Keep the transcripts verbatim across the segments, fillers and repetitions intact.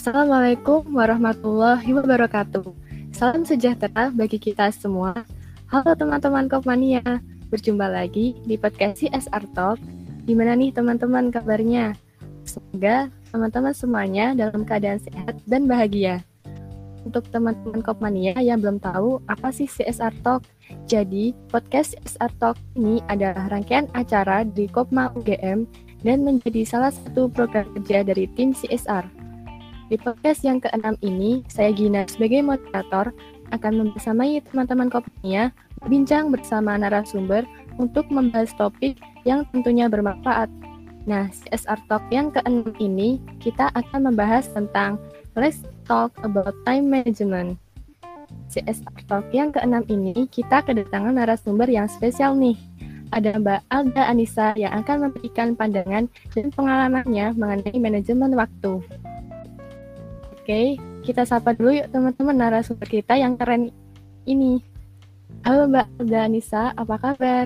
Assalamualaikum warahmatullahi wabarakatuh. Salam sejahtera bagi kita semua. Halo teman-teman Kopmania, berjumpa lagi di podcast C S R Talk. Gimana nih teman-teman kabarnya? Semoga teman-teman semuanya dalam keadaan sehat dan bahagia. Untuk teman-teman Kopmania yang belum tahu apa sih C S R Talk, jadi podcast C S R Talk ini adalah rangkaian acara di Kopma U G M dan menjadi salah satu program kerja dari tim C S R. Di podcast yang keenam ini, saya Gina sebagai moderator akan membersamai teman-teman Kopmania berbincang bersama narasumber untuk membahas topik yang tentunya bermanfaat. Nah, C S R Talk yang keenam ini kita akan membahas tentang Let's Talk About Time Management. C S R Talk yang keenam ini kita kedatangan narasumber yang spesial nih. Ada Mbak Alda Anissa yang akan memberikan pandangan dan pengalamannya mengenai manajemen waktu. Oke, kita sapa dulu yuk teman-teman narasumber kita yang keren ini. Halo Mbak Alda Anissa, apa kabar?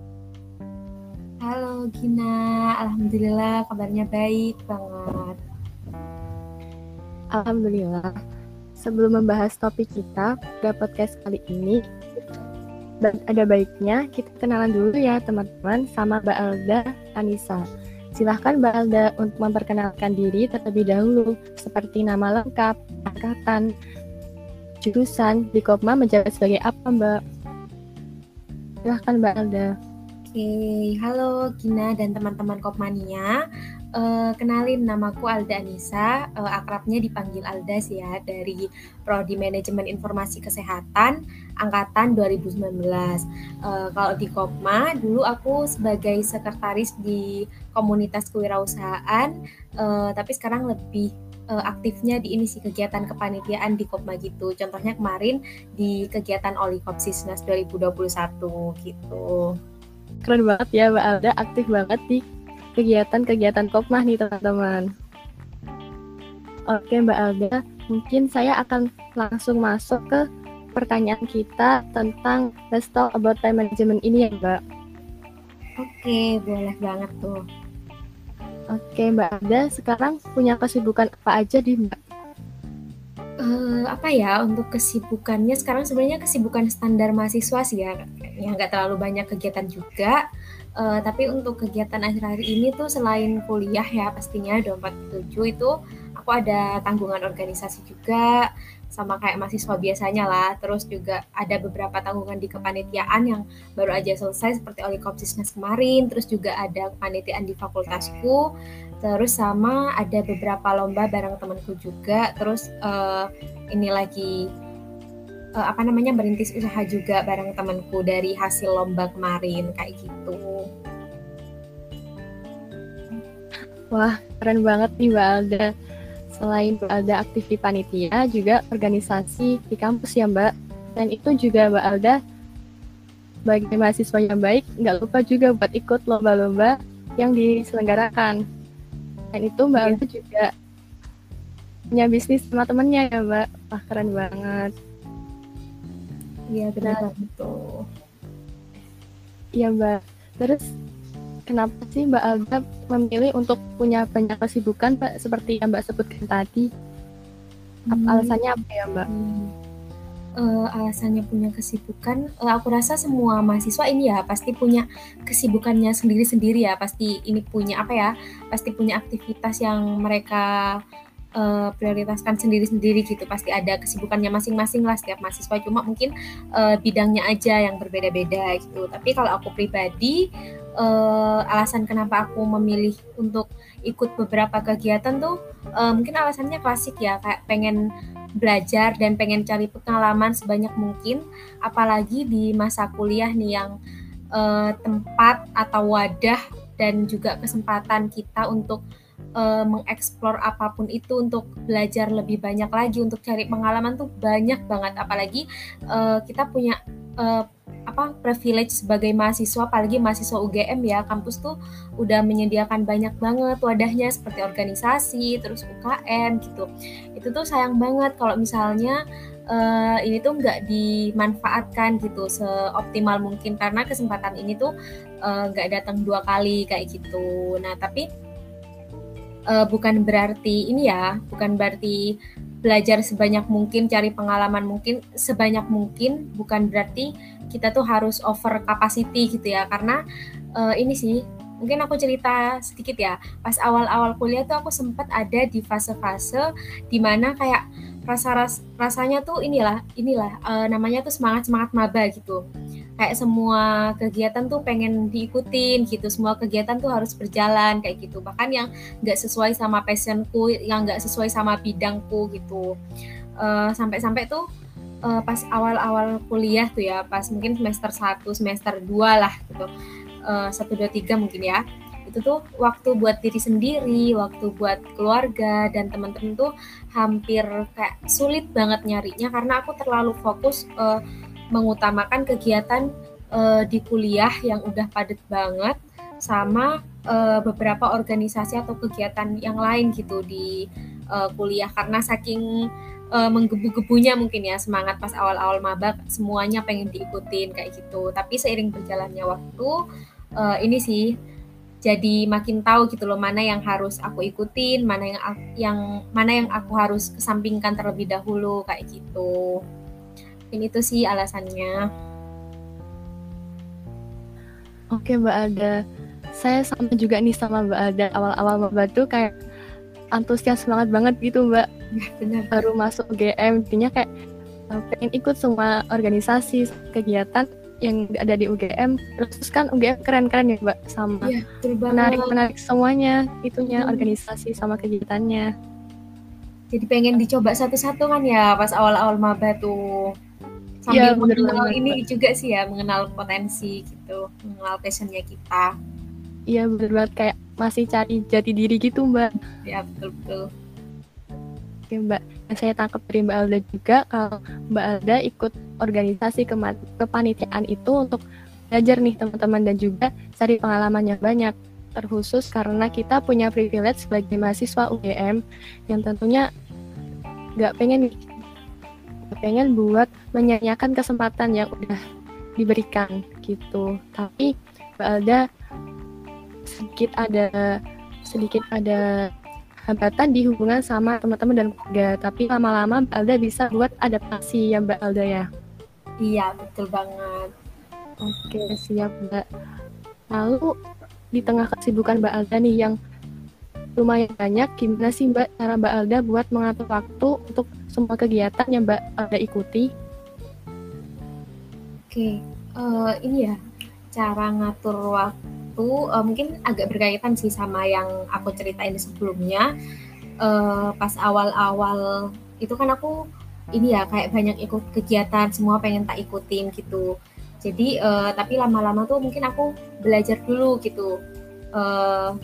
Halo Gina, alhamdulillah kabarnya baik banget. Alhamdulillah. Sebelum membahas topik kita pada podcast kali ini, dan ada baiknya kita kenalan dulu ya teman-teman sama Mbak Alda Anissa. Silahkan Mbak Alda untuk memperkenalkan diri terlebih dahulu, seperti nama lengkap, angkatan, jurusan, di Kopma menjabat sebagai apa Mbak? Silahkan Mbak Alda. Oke, halo Gina dan teman-teman Kopmania. Uh, kenalin, namaku Alda Anissa, uh, akrabnya dipanggil Alda sih ya, dari Prodi Manajemen Informasi Kesehatan angkatan dua ribu sembilan belas. Uh, kalau di Kopma, dulu aku sebagai sekretaris di komunitas kewirausahaan, uh, tapi sekarang lebih uh, aktifnya di ini sih kegiatan kepanitiaan di Kopma gitu. Contohnya kemarin di kegiatan Olikopsisnas dua ribu dua puluh satu gitu. Keren banget ya Mbak Alda, aktif banget di kegiatan-kegiatan Kopma nih teman-teman. Oke Mbak Alda, mungkin saya akan langsung masuk ke pertanyaan kita tentang Let's Talk About Time Management ini ya Mbak. Oke, boleh banget tuh. Oke Mbak Alda, sekarang punya kesibukan apa aja di Mbak? Uh, apa ya, untuk kesibukannya sekarang sebenarnya kesibukan standar mahasiswa sih ya, yang nggak terlalu banyak kegiatan juga. Uh, tapi untuk kegiatan akhir-akhir ini tuh selain kuliah ya pastinya dua ribu empat puluh tujuh itu aku ada tanggungan organisasi juga sama kayak mahasiswa biasanya lah. Terus juga ada beberapa tanggungan di kepanitiaan yang baru aja selesai seperti Olikopsisnas kemarin. Terus juga ada kepanitiaan di fakultasku. Terus sama ada beberapa lomba bareng temanku juga. Terus uh, ini lagi uh, apa namanya merintis usaha juga bareng temanku dari hasil lomba kemarin kayak gitu. Wah, keren banget nih Mbak Alda. Selain Mbak Alda aktif di panitia, juga organisasi di kampus ya Mbak. Dan itu juga Mbak Alda sebagai mahasiswa yang baik, nggak lupa juga buat ikut lomba-lomba yang diselenggarakan. Dan itu Mbak yeah. Alda juga punya bisnis sama temennya ya Mbak. Wah, keren banget. Iya, benar banget tuh. Iya Mbak. Terus kenapa sih Mbak Alda memilih untuk punya banyak kesibukan Pak, seperti yang Mbak sebutkan tadi? Hmm. Alasannya apa ya Mbak? Hmm. Uh, alasannya punya kesibukan, uh, aku rasa semua mahasiswa ini ya pasti punya kesibukannya sendiri-sendiri ya, pasti ini punya apa ya, pasti punya aktivitas yang mereka uh, prioritaskan sendiri-sendiri gitu, pasti ada kesibukannya masing-masing lah setiap mahasiswa, cuma mungkin uh, bidangnya aja yang berbeda-beda gitu. Tapi kalau aku pribadi, uh, alasan kenapa aku memilih untuk ikut beberapa kegiatan tuh uh, mungkin alasannya klasik ya, kayak pengen belajar dan pengen cari pengalaman sebanyak mungkin, apalagi di masa kuliah nih yang uh, tempat atau wadah dan juga kesempatan kita untuk uh, mengeksplor apapun itu, untuk belajar lebih banyak lagi, untuk cari pengalaman tuh banyak banget, apalagi uh, kita punya uh, apa privilege sebagai mahasiswa, apalagi mahasiswa U G M ya, kampus tuh udah menyediakan banyak banget wadahnya seperti organisasi, terus U K M gitu. Itu tuh sayang banget kalau misalnya uh, ini tuh nggak dimanfaatkan gitu seoptimal mungkin, karena kesempatan ini tuh nggak uh, datang dua kali kayak gitu. Nah tapi uh, bukan berarti ini ya, bukan berarti belajar sebanyak mungkin, cari pengalaman mungkin sebanyak mungkin, bukan berarti kita tuh harus over capacity gitu ya. Karena uh, ini sih, mungkin aku cerita sedikit ya. Pas awal-awal kuliah tuh aku sempat ada di fase-fase dimana kayak rasa ras, rasanya tuh inilah inilah uh, namanya tuh semangat semangat maba gitu. Kayak semua kegiatan tuh pengen diikutin gitu, semua kegiatan tuh harus berjalan kayak gitu. Bahkan yang nggak sesuai sama passionku, yang nggak sesuai sama bidangku gitu. Uh, sampai-sampai tuh uh, pas awal-awal kuliah tuh ya, pas mungkin semester satu, semester dua lah gitu, uh, satu, dua, tiga mungkin ya, itu tuh waktu buat diri sendiri, waktu buat keluarga dan teman-teman tuh hampir kayak sulit banget nyarinya karena aku terlalu fokus uh, mengutamakan kegiatan uh, di kuliah yang udah padat banget sama uh, beberapa organisasi atau kegiatan yang lain gitu di uh, kuliah karena saking uh, menggebu-gebunya mungkin ya semangat pas awal-awal maba semuanya pengen diikutin kayak gitu. Tapi seiring berjalannya waktu uh, ini sih jadi makin tahu gitu loh mana yang harus aku ikutin, mana yang yang mana yang aku harus kesampingkan terlebih dahulu kayak gitu. Ini tuh sih alasannya. Oke Mbak Alda, saya sama juga nih sama Mbak Alda. Awal-awal maba tuh kayak antusias banget banget gitu Mbak. Benar. Baru masuk U G M, intinya kayak pengen ikut semua organisasi, kegiatan yang ada di U G M. Terus kan U G M keren-keren ya Mbak, sama ya, menarik-menarik semuanya, itunya hmm. organisasi sama kegiatannya. Jadi pengen dicoba satu-satu kan ya pas awal-awal maba tuh. Sambil ya, mengenal bener, ini bener. Juga sih ya, mengenal potensi gitu, mengenal passionnya kita. Iya bener banget, kayak masih cari jati diri gitu Mbak. Ya betul-betul. Oke Mbak, yang saya tangkap dari Mbak Alda juga, kalau Mbak Alda ikut organisasi kema- kepanitiaan itu untuk belajar nih teman-teman dan juga cari pengalaman yang banyak. Terkhusus karena kita punya privilege sebagai mahasiswa U G M yang tentunya nggak pengen pengen buat menyanyiakan kesempatan yang udah diberikan gitu. Tapi Mbak Alda sedikit ada sedikit ada hambatan di hubungan sama teman-teman dan keluarga. Tapi lama-lama Mbak Alda bisa buat adaptasi ya Mbak Alda ya. Iya betul banget. Oke siap Mbak. Lalu di tengah kesibukan Mbak Alda nih yang lumayan banyak, gimana sih Mbak cara Mbak Alda buat mengatur waktu untuk semua kegiatan yang Mbak Alda ikuti? Oke, uh, ini ya cara ngatur waktu uh, mungkin agak berkaitan sih sama yang aku ceritain sebelumnya. Uh, pas awal-awal itu kan aku ini ya kayak banyak ikut kegiatan, semua pengen tak ikutin gitu. Jadi uh, tapi lama-lama tuh mungkin aku belajar dulu gitu. Uh,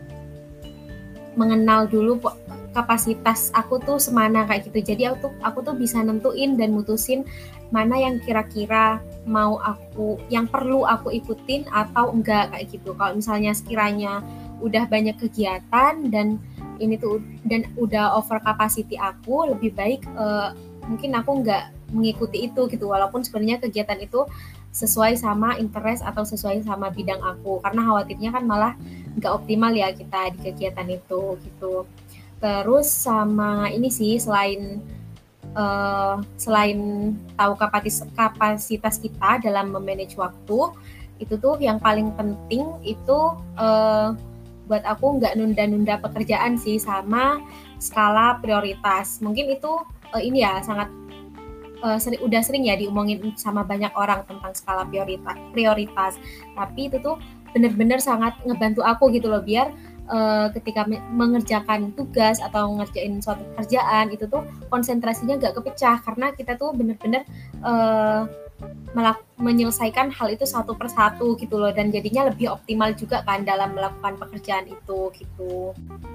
mengenal dulu kapasitas aku tuh semana kayak gitu. Jadi aku tuh aku tuh bisa nentuin dan mutusin mana yang kira-kira mau aku yang perlu aku ikutin atau enggak kayak gitu. Kalau misalnya sekiranya udah banyak kegiatan dan ini tuh dan udah over capacity aku, lebih baik uh, mungkin aku enggak mengikuti itu gitu. Walaupun sebenarnya kegiatan itu sesuai sama interest atau sesuai sama bidang aku. Karena khawatirnya kan malah nggak optimal ya kita di kegiatan itu gitu. Terus sama ini sih selain uh, selain tahu kapasitas kapasitas kita dalam memanage waktu, itu tuh yang paling penting itu uh, buat aku nggak nunda-nunda pekerjaan sih sama skala prioritas. Mungkin itu uh, ini ya sangat uh, seri, udah sering ya diomongin sama banyak orang tentang skala prioritas prioritas. Tapi itu tuh benar-benar sangat ngebantu aku gitu loh biar uh, ketika me- mengerjakan tugas atau ngerjain suatu pekerjaan itu tuh konsentrasinya nggak kepecah karena kita tuh benar-benar uh, melak- menyelesaikan hal itu satu persatu gitu loh dan jadinya lebih optimal juga kan dalam melakukan pekerjaan itu gitu.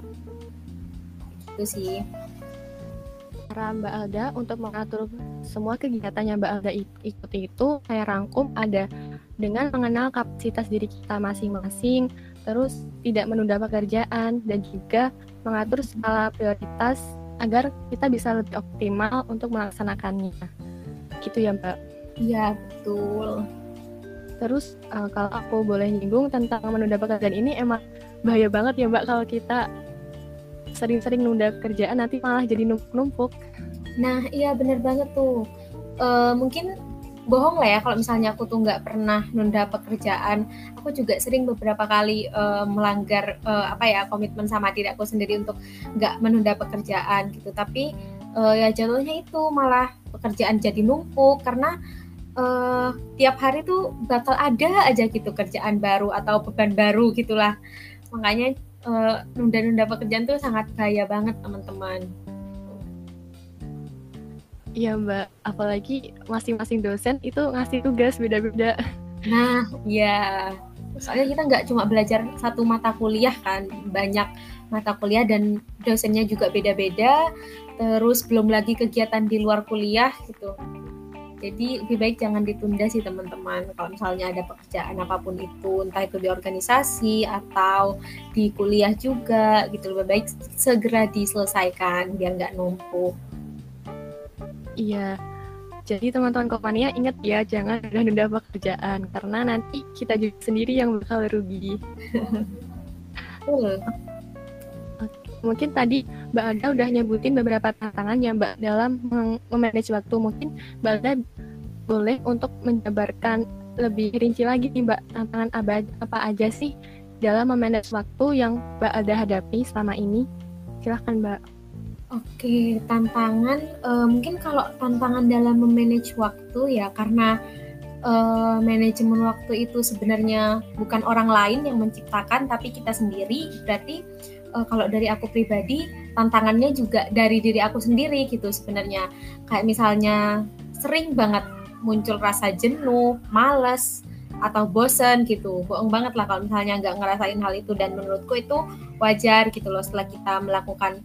Itu sih. Cara Mbak Alda untuk mengatur semua kegiatan yang Mbak Alda ikuti itu saya rangkum ada dengan mengenal kapasitas diri kita masing-masing, terus tidak menunda pekerjaan dan juga mengatur skala prioritas agar kita bisa lebih optimal untuk melaksanakannya. Gitu ya Mbak? Iya betul. Terus uh, kalau aku boleh nyinggung tentang menunda pekerjaan ini emang bahaya banget ya Mbak kalau kita sering-sering nunda kerjaan nanti malah jadi numpuk-numpuk. Nah, iya bener banget tuh. Uh, mungkin bohong lah ya kalau misalnya aku tuh nggak pernah nunda pekerjaan. Aku juga sering beberapa kali uh, melanggar uh, apa ya komitmen sama diri aku sendiri untuk nggak menunda pekerjaan gitu. Tapi uh, ya jatuhnya itu malah pekerjaan jadi numpuk karena uh, tiap hari tuh bakal ada aja gitu kerjaan baru atau beban baru gitulah. Makanya uh, nunda-nunda pekerjaan tuh sangat bahaya banget teman-teman. Iya Mbak, apalagi masing-masing dosen itu ngasih tugas beda-beda. Nah, ya, soalnya kita nggak cuma belajar satu mata kuliah kan, banyak mata kuliah dan dosennya juga beda-beda, terus belum lagi kegiatan di luar kuliah gitu. Jadi lebih baik jangan ditunda sih teman-teman, kalau misalnya ada pekerjaan apapun itu, entah itu di organisasi atau di kuliah juga gitu, lebih baik segera diselesaikan biar nggak numpuk. Iya, jadi teman-teman Kopmania ingat ya, jangan nunda pekerjaan, karena nanti kita juga sendiri yang bakal rugi. uh. Oke, mungkin tadi Mbak Alda udah nyebutin beberapa tantangan ya Mbak dalam memanage waktu. Mungkin Mbak Alda boleh untuk menjabarkan lebih rinci lagi nih Mbak, tantangan apa aja sih dalam memanage waktu yang Mbak Alda hadapi selama ini? Silahkan Mbak. Oke, tantangan uh, mungkin kalau tantangan dalam memanage waktu ya karena uh, manajemen waktu itu sebenarnya bukan orang lain yang menciptakan tapi kita sendiri. Berarti uh, kalau dari aku pribadi tantangannya juga dari diri aku sendiri gitu sebenarnya. Kayak misalnya sering banget muncul rasa jenuh, malas atau bosen gitu. Bohong banget lah kalau misalnya nggak ngerasain hal itu, dan menurutku itu wajar gitu loh setelah kita melakukan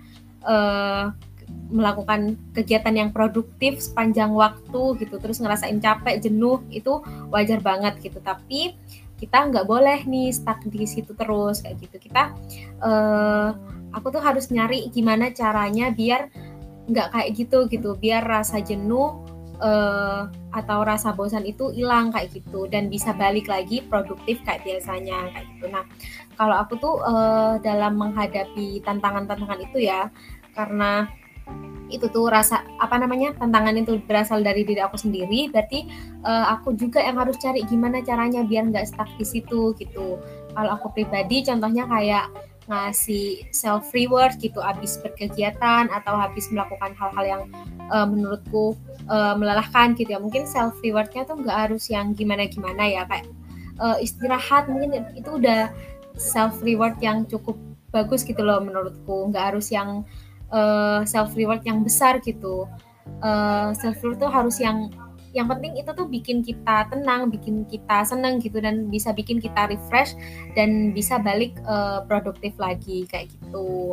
Uh, melakukan kegiatan yang produktif sepanjang waktu gitu, terus ngerasain capek, jenuh, itu wajar banget gitu. Tapi kita nggak boleh nih stuck di situ terus kayak gitu. Kita uh, aku tuh harus nyari gimana caranya biar nggak kayak gitu gitu, biar rasa jenuh uh, atau rasa bosan itu hilang kayak gitu dan bisa balik lagi produktif kayak biasanya kayak gitu. Nah, kalau aku tuh uh, dalam menghadapi tantangan-tantangan itu ya, karena itu tuh rasa apa namanya tantangan itu berasal dari diri aku sendiri, berarti uh, aku juga yang harus cari gimana caranya biar nggak stuck di situ gitu. Kalau aku pribadi contohnya kayak ngasih self reward gitu abis berkegiatan atau habis melakukan hal-hal yang uh, menurutku uh, melelahkan gitu ya. Mungkin self rewardnya tuh nggak harus yang gimana-gimana ya, kayak uh, istirahat mungkin itu udah self reward yang cukup bagus gitu loh menurutku. Nggak harus yang uh, self reward yang besar gitu. Uh, self reward tuh harus yang yang penting itu tuh bikin kita tenang, bikin kita seneng gitu, dan bisa bikin kita refresh dan bisa balik uh, produktif lagi kayak gitu.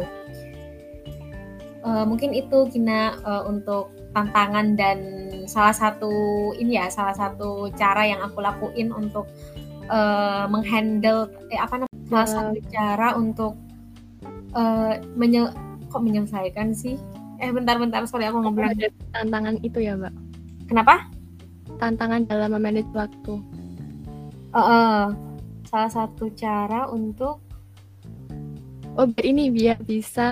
Uh, mungkin itu Gina uh, untuk tantangan dan salah satu ini ya salah satu cara yang aku lakuin untuk uh, menghandle eh, apa namanya salah satu cara untuk uh, menye- kok menyelesaikan sih eh bentar-bentar sorry aku ngobrol ada tantangan itu ya Mbak. Kenapa? Tantangan dalam memanage waktu. Uh, uh, salah satu cara untuk oh ini biar bisa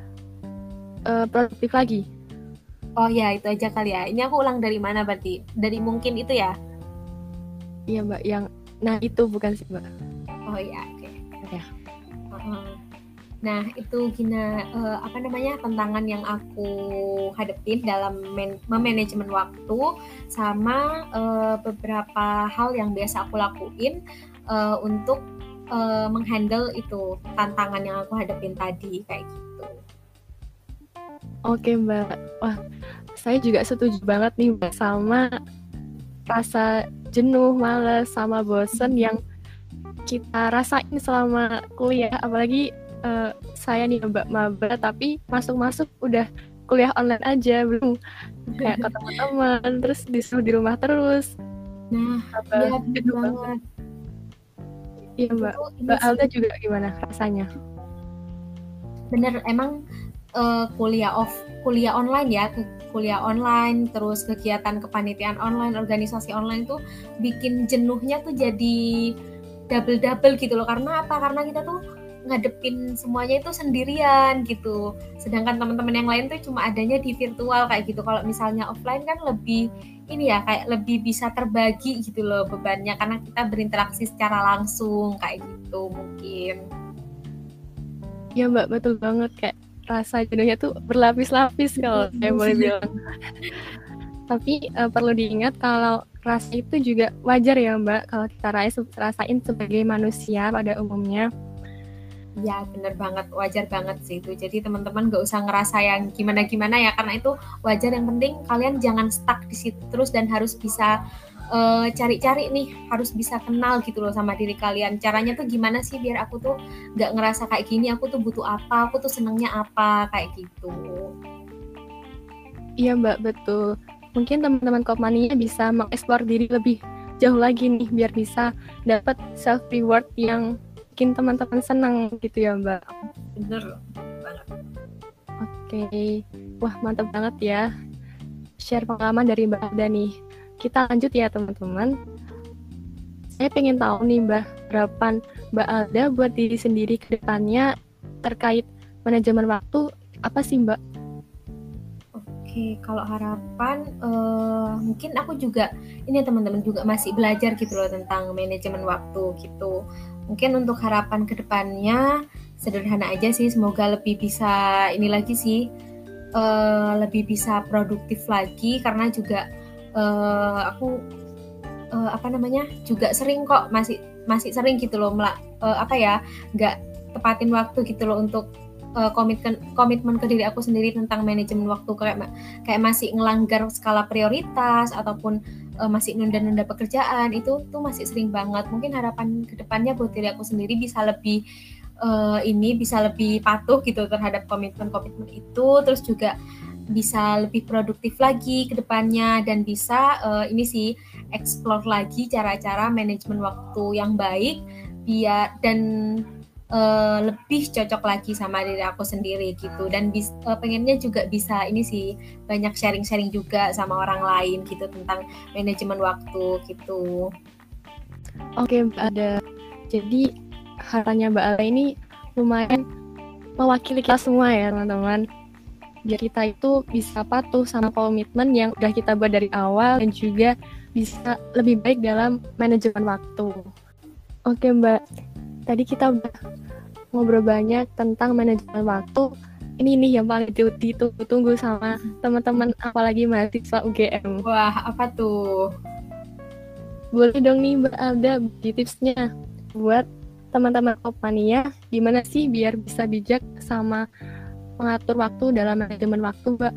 uh, produktif lagi. Oh ya itu aja kali ya. Ini aku ulang dari mana berarti? Dari mungkin itu ya? Iya Mbak, yang nah itu bukan sih Mbak. Oh iya oke. Okay. Ya. Uh-uh. Nah itu Gina uh, apa namanya tantangan yang aku hadepin dalam men- memanajemen waktu, sama uh, beberapa hal yang biasa aku lakuin uh, untuk uh, menghandle itu tantangan yang aku hadepin tadi kayak gitu. Oke Mbak, wah saya juga setuju banget nih Mbak sama rasa jenuh, malas, sama bosen yang kita rasain selama kuliah, apalagi uh, saya nih Mbak maba tapi masuk-masuk udah kuliah online aja, belum kayak ketemu teman, terus disuruh di rumah terus. Nah, iya bener banget. Iya Mbak, Mbak Alda juga gimana rasanya? Bener, emang uh, kuliah off, kuliah online ya, kuliah online, terus kegiatan kepanitiaan online, organisasi online tuh bikin jenuhnya tuh jadi double-double gitu loh. Karena apa? Karena kita tuh ngadepin semuanya itu sendirian gitu. Sedangkan teman-teman yang lain tuh cuma adanya di virtual kayak gitu. Kalau misalnya offline kan lebih ini ya, kayak lebih bisa terbagi gitu loh bebannya karena kita berinteraksi secara langsung kayak gitu mungkin. Ya Mbak, betul banget, kayak rasa jenuhnya tuh berlapis-lapis kalau saya boleh bilang. Tapi uh, perlu diingat kalau rasa itu juga wajar ya Mbak, kalau kita rasain sebagai manusia pada umumnya. Ya bener banget, wajar banget sih itu. Jadi teman-teman gak usah ngerasa yang gimana-gimana ya, karena itu wajar. Yang penting kalian jangan stuck di situ terus dan harus bisa uh, cari-cari nih, harus bisa kenal gitu loh sama diri kalian. Caranya tuh gimana sih biar aku tuh gak ngerasa kayak gini, aku tuh butuh apa, aku tuh senengnya apa, kayak gitu. Iya Mbak, betul. Mungkin teman-teman Kopmania bisa mengeksplor diri lebih jauh lagi nih, biar bisa dapat self reward yang bikin teman-teman senang gitu ya Mbak. Bener banget. Oke, wah mantap banget ya share pengalaman dari Mbak Alda nih. Kita lanjut ya teman-teman. Saya pengen tahu nih Mbak, harapan Mbak Alda buat diri sendiri ke depannya terkait manajemen waktu apa sih Mbak? Oke, kalau harapan uh, mungkin aku juga ini teman-teman juga masih belajar gitu loh tentang manajemen waktu gitu. Mungkin untuk harapan kedepannya sederhana aja sih, semoga lebih bisa ini lagi sih, uh, lebih bisa produktif lagi karena juga uh, aku uh, apa namanya juga sering kok masih masih sering gitu loh melak, uh, apa ya nggak tepatin waktu gitu loh untuk uh, komitmen komitmen ke diri aku sendiri tentang manajemen waktu, kayak kayak masih ngelanggar skala prioritas ataupun uh, masih nunda-nunda pekerjaan, itu tuh masih sering banget. Mungkin harapan kedepannya buat diri aku sendiri bisa lebih uh, ini bisa lebih patuh gitu terhadap komitmen-komitmen itu, terus juga bisa lebih produktif lagi ke depannya dan bisa uh, ini sih explore lagi cara-cara manajemen waktu yang baik biar dan Uh, lebih cocok lagi sama diri aku sendiri gitu. Dan bis, uh, pengennya juga bisa ini sih banyak sharing-sharing juga sama orang lain gitu tentang manajemen waktu gitu. Oke Mbak Alda, jadi harapannya Mbak Alda ini lumayan mewakili kita semua ya teman-teman, biar kita itu bisa patuh sama komitmen yang udah kita buat dari awal dan juga bisa lebih baik dalam manajemen waktu. Oke Mbak, tadi kita udah ngobrol banyak tentang manajemen waktu. Ini nih yang paling ditunggu-tunggu sama teman-teman, apalagi mahasiswa U G M. Wah, apa tuh? Boleh dong nih Mbak Alda bagi tipsnya buat teman-teman Kopmania, gimana sih biar bisa bijak sama mengatur waktu dalam manajemen waktu, Mbak?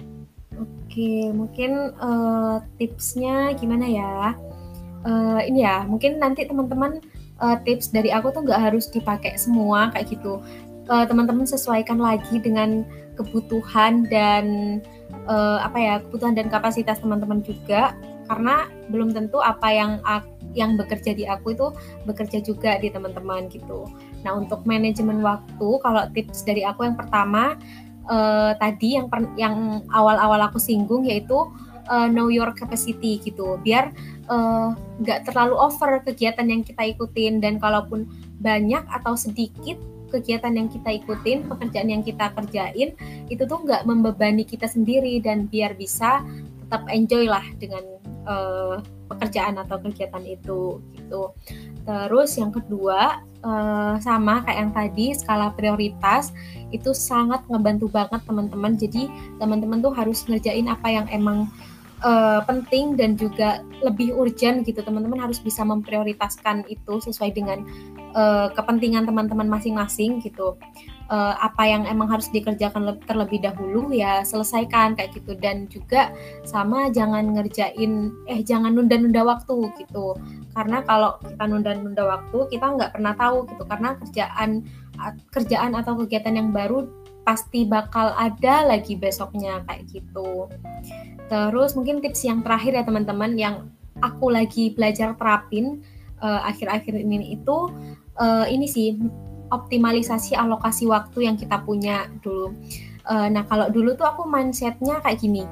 Oke, mungkin uh, tipsnya gimana ya? Uh, ini ya, mungkin nanti teman-teman Uh, tips dari aku tuh nggak harus dipakai semua kayak gitu. Uh, teman-teman sesuaikan lagi dengan kebutuhan dan uh, apa ya kebutuhan dan kapasitas teman-teman juga, karena belum tentu apa yang yang bekerja di aku itu bekerja juga di teman-teman gitu. Nah untuk manajemen waktu, kalau tips dari aku yang pertama uh, tadi yang per, yang awal-awal aku singgung yaitu uh, know your capacity gitu, biar nggak uh, terlalu over kegiatan yang kita ikutin, dan kalaupun banyak atau sedikit kegiatan yang kita ikutin, pekerjaan yang kita kerjain itu tuh nggak membebani kita sendiri, dan biar bisa tetap enjoy lah dengan uh, pekerjaan atau kegiatan itu gitu. Terus yang kedua uh, sama kayak yang tadi, skala prioritas itu sangat ngebantu banget teman-teman. Jadi teman-teman tuh harus ngerjain apa yang emang Uh, penting dan juga lebih urgent gitu. Teman-teman harus bisa memprioritaskan itu sesuai dengan uh, kepentingan teman-teman masing-masing gitu. Uh, apa yang emang harus dikerjakan terlebih dahulu ya selesaikan kayak gitu. Dan juga sama jangan ngerjain eh jangan nunda-nunda waktu gitu. Karena kalau kita nunda-nunda waktu, kita nggak pernah tahu gitu, karena kerjaan kerjaan atau kegiatan yang baru pasti bakal ada lagi besoknya kayak gitu. Terus mungkin tips yang terakhir ya teman-teman, yang aku lagi belajar terapin uh, akhir-akhir ini itu uh, ini sih, optimalisasi alokasi waktu yang kita punya dulu. Uh, nah kalau dulu tuh aku mindsetnya kayak gini,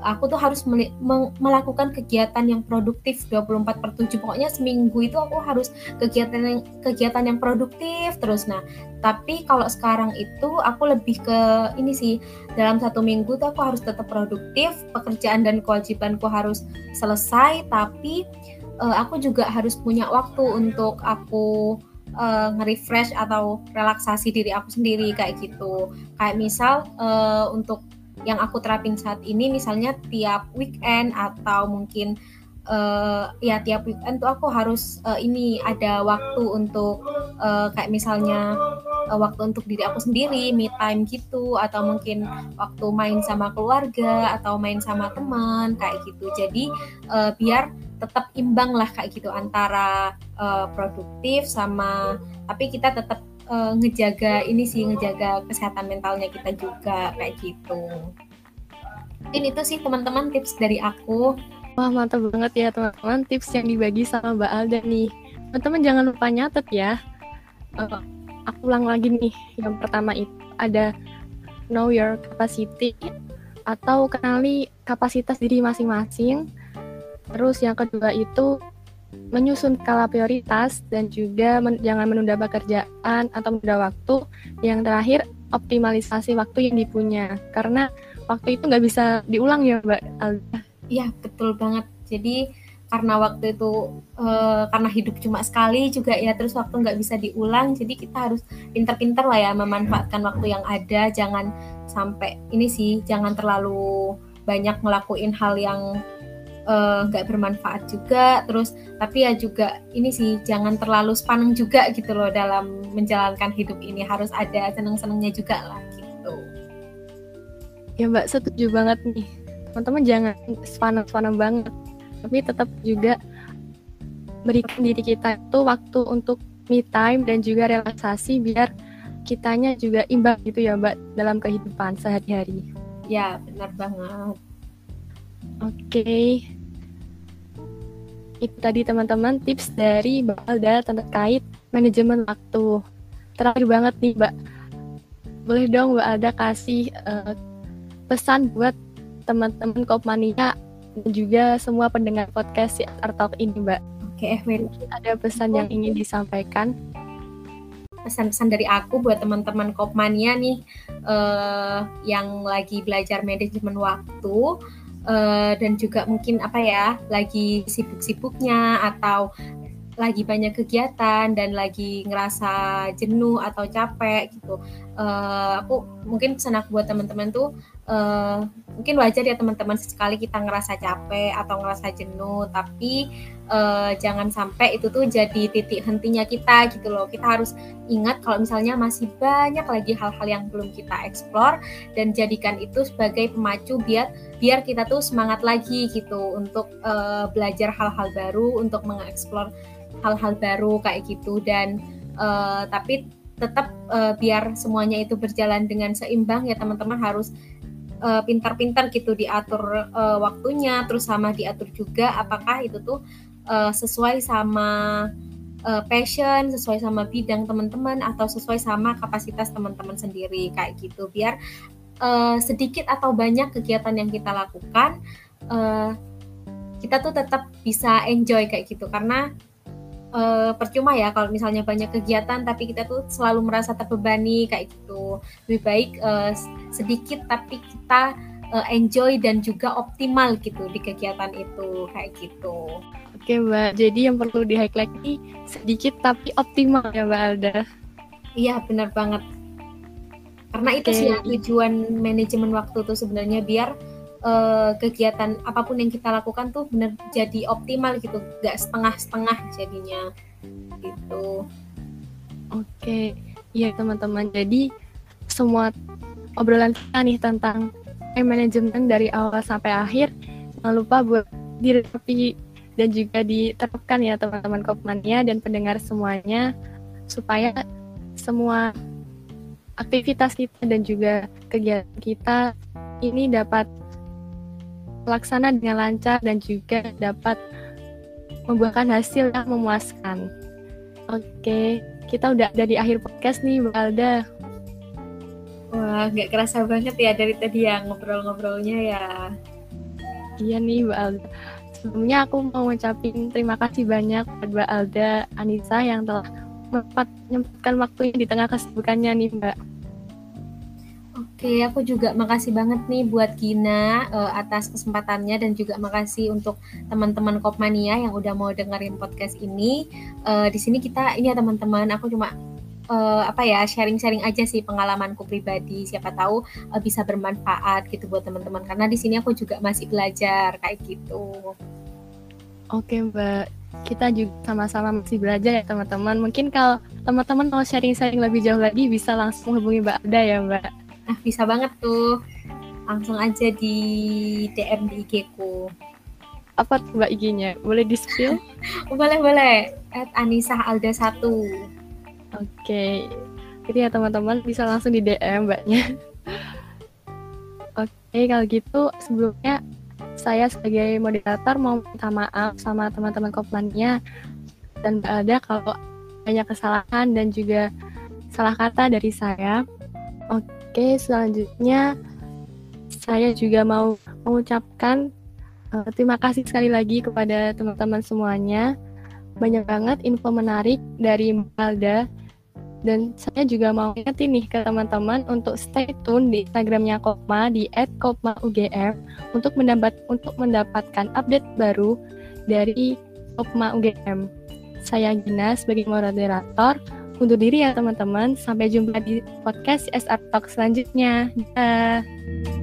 aku tuh harus meli- meng- melakukan kegiatan yang produktif dua puluh empat per tujuh. Pokoknya seminggu itu aku harus kegiatan yang kegiatan yang produktif terus. Nah, tapi kalau sekarang itu aku lebih ke ini sih, dalam satu minggu tuh aku harus tetap produktif, pekerjaan dan kewajibanku harus selesai, tapi uh, aku juga harus punya waktu untuk aku uh, nge-refresh atau relaksasi diri aku sendiri kayak gitu. Kayak misal uh, untuk yang aku terapin saat ini, misalnya tiap weekend atau mungkin uh, ya tiap weekend tuh aku harus uh, ini ada waktu untuk uh, kayak misalnya uh, waktu untuk diri aku sendiri, me time gitu, atau mungkin waktu main sama keluarga atau main sama teman kayak gitu. Jadi uh, biar tetap imbang lah kayak gitu antara uh, produktif sama tapi kita tetap uh, ngejaga ini sih, ngejaga kesehatan mentalnya kita juga kayak gitu. Mungkin itu sih teman-teman tips dari aku. Wah, mantap banget ya teman-teman tips yang dibagi sama Mbak Alda nih. Teman-teman jangan lupa nyatet ya. Uh, aku ulang lagi nih. Yang pertama itu ada know your capacity atau kenali kapasitas diri masing-masing. Terus yang kedua itu menyusun skala prioritas dan juga men- jangan menunda pekerjaan atau menunda waktu. Yang terakhir optimalisasi waktu yang dipunya karena waktu itu nggak bisa diulang ya Mbak Alda. Iya betul banget. Jadi karena waktu itu uh, karena hidup cuma sekali juga ya, terus waktu nggak bisa diulang, jadi kita harus pintar-pintar lah ya memanfaatkan waktu yang ada. Jangan sampai ini sih, jangan terlalu banyak ngelakuin hal yang nggak uh, bermanfaat juga. Terus tapi ya juga ini sih, jangan terlalu sepaneng juga gitu loh dalam menjalankan hidup ini, harus ada seneng-senengnya juga lah gitu. Ya Mbak, setuju banget nih. Teman-teman jangan sepaneng-sepaneng banget, tapi tetap juga berikan diri kita itu waktu untuk me time dan juga relaksasi biar kitanya juga imbang gitu ya Mbak dalam kehidupan sehari-hari. Ya benar banget. Oke, itu tadi teman-teman tips dari Mbak Alda terkait manajemen waktu. Terakhir banget nih Mbak, boleh dong Mbak Alda kasih uh, pesan buat teman-teman Kopmania dan juga semua pendengar podcast S R Talk ini Mbak. Oke, Evelyn, ada pesan yang ingin disampaikan? Pesan-pesan dari aku buat teman-teman Kopmania nih uh, yang lagi belajar manajemen waktu. Uh, dan juga mungkin apa ya, lagi sibuk-sibuknya atau lagi banyak kegiatan dan lagi ngerasa jenuh atau capek gitu. Uh, aku mungkin pesan aku buat teman-teman tuh uh, mungkin wajar ya teman-teman sekali kita ngerasa capek atau ngerasa jenuh, tapi uh, jangan sampai itu tuh jadi titik hentinya kita gitu loh. Kita harus ingat kalau misalnya masih banyak lagi hal-hal yang belum kita explore dan jadikan itu sebagai pemacu biar biar kita tuh semangat lagi gitu untuk uh, belajar hal-hal baru, untuk mengeksplor hal-hal baru kayak gitu. Dan uh, tapi tetap uh, biar semuanya itu berjalan dengan seimbang ya teman-teman harus uh, pintar-pintar gitu diatur uh, waktunya, terus sama diatur juga apakah itu tuh uh, sesuai sama uh, passion, sesuai sama bidang teman-teman atau sesuai sama kapasitas teman-teman sendiri kayak gitu. Biar uh, sedikit atau banyak kegiatan yang kita lakukan uh, kita tuh tetap bisa enjoy kayak gitu, karena Uh, percuma ya kalau misalnya banyak kegiatan tapi kita tuh selalu merasa terbebani kayak gitu. Lebih baik uh, sedikit tapi kita uh, enjoy dan juga optimal gitu di kegiatan itu kayak gitu. Oke Mbak, jadi yang perlu di-highlight ini sedikit tapi optimal ya Mbak Alda. Iya benar banget. Karena itu okay. sih tujuan manajemen waktu tuh sebenarnya biar Uh, kegiatan apapun yang kita lakukan tuh benar jadi optimal gitu, gak setengah-setengah jadinya gitu. Oke, iya teman-teman, jadi semua obrolan kita nih tentang manajemen dari awal sampai akhir jangan lupa buat direpi dan juga diterapkan ya teman-teman Kopmania dan pendengar semuanya, supaya semua aktivitas kita dan juga kegiatan kita ini dapat terlaksana dengan lancar dan juga dapat membuahkan hasil yang memuaskan. Oke, kita udah ada di akhir podcast nih, Mbak Alda. Wah, nggak kerasa banget ya dari tadi ya ngobrol-ngobrolnya ya. Iya nih Mbak Alda. Sebelumnya aku mau ngucapin terima kasih banyak buat Mbak Alda, Anissa yang telah menyempat, menyempatkan waktunya di tengah kesibukannya nih Mbak. Oke, aku juga makasih banget nih buat Gina uh, atas kesempatannya dan juga makasih untuk teman-teman Kopmania yang udah mau dengerin podcast ini. Uh, di sini kita ini ya teman-teman, aku cuma uh, apa ya sharing-sharing aja sih pengalamanku pribadi. Siapa tahu uh, bisa bermanfaat gitu buat teman-teman karena di sini aku juga masih belajar kayak gitu. Oke Mbak, kita juga sama-sama masih belajar ya teman-teman. Mungkin kalau teman-teman mau sharing-sharing lebih jauh lagi bisa langsung hubungi Mbak Alda ya Mbak. Nah, bisa banget tuh. Langsung aja di D M di I G-ku. Apa tuh Mbak I G-nya? Boleh di-spill? boleh, boleh. At Anissa Alda satu. Oke. Jadi ya teman-teman bisa langsung di D M Mbaknya. Oke, kalau gitu sebelumnya saya sebagai moderator mau minta maaf sama teman-teman Kopmania dan Mbak Alda kalau banyak kesalahan dan juga salah kata dari saya. Oke, selanjutnya saya juga mau mengucapkan uh, terima kasih sekali lagi kepada teman-teman semuanya. Banyak banget info menarik dari Mbak Alda. Dan saya juga mau ingetin nih ke teman-teman untuk stay tune di Instagramnya Kopma di et kopma u g m untuk mendapat untuk mendapatkan update baru dari Kopma U G M. Saya Gina sebagai moderator. Undur diri ya teman-teman. Sampai jumpa di podcast S R Talk selanjutnya. Dah.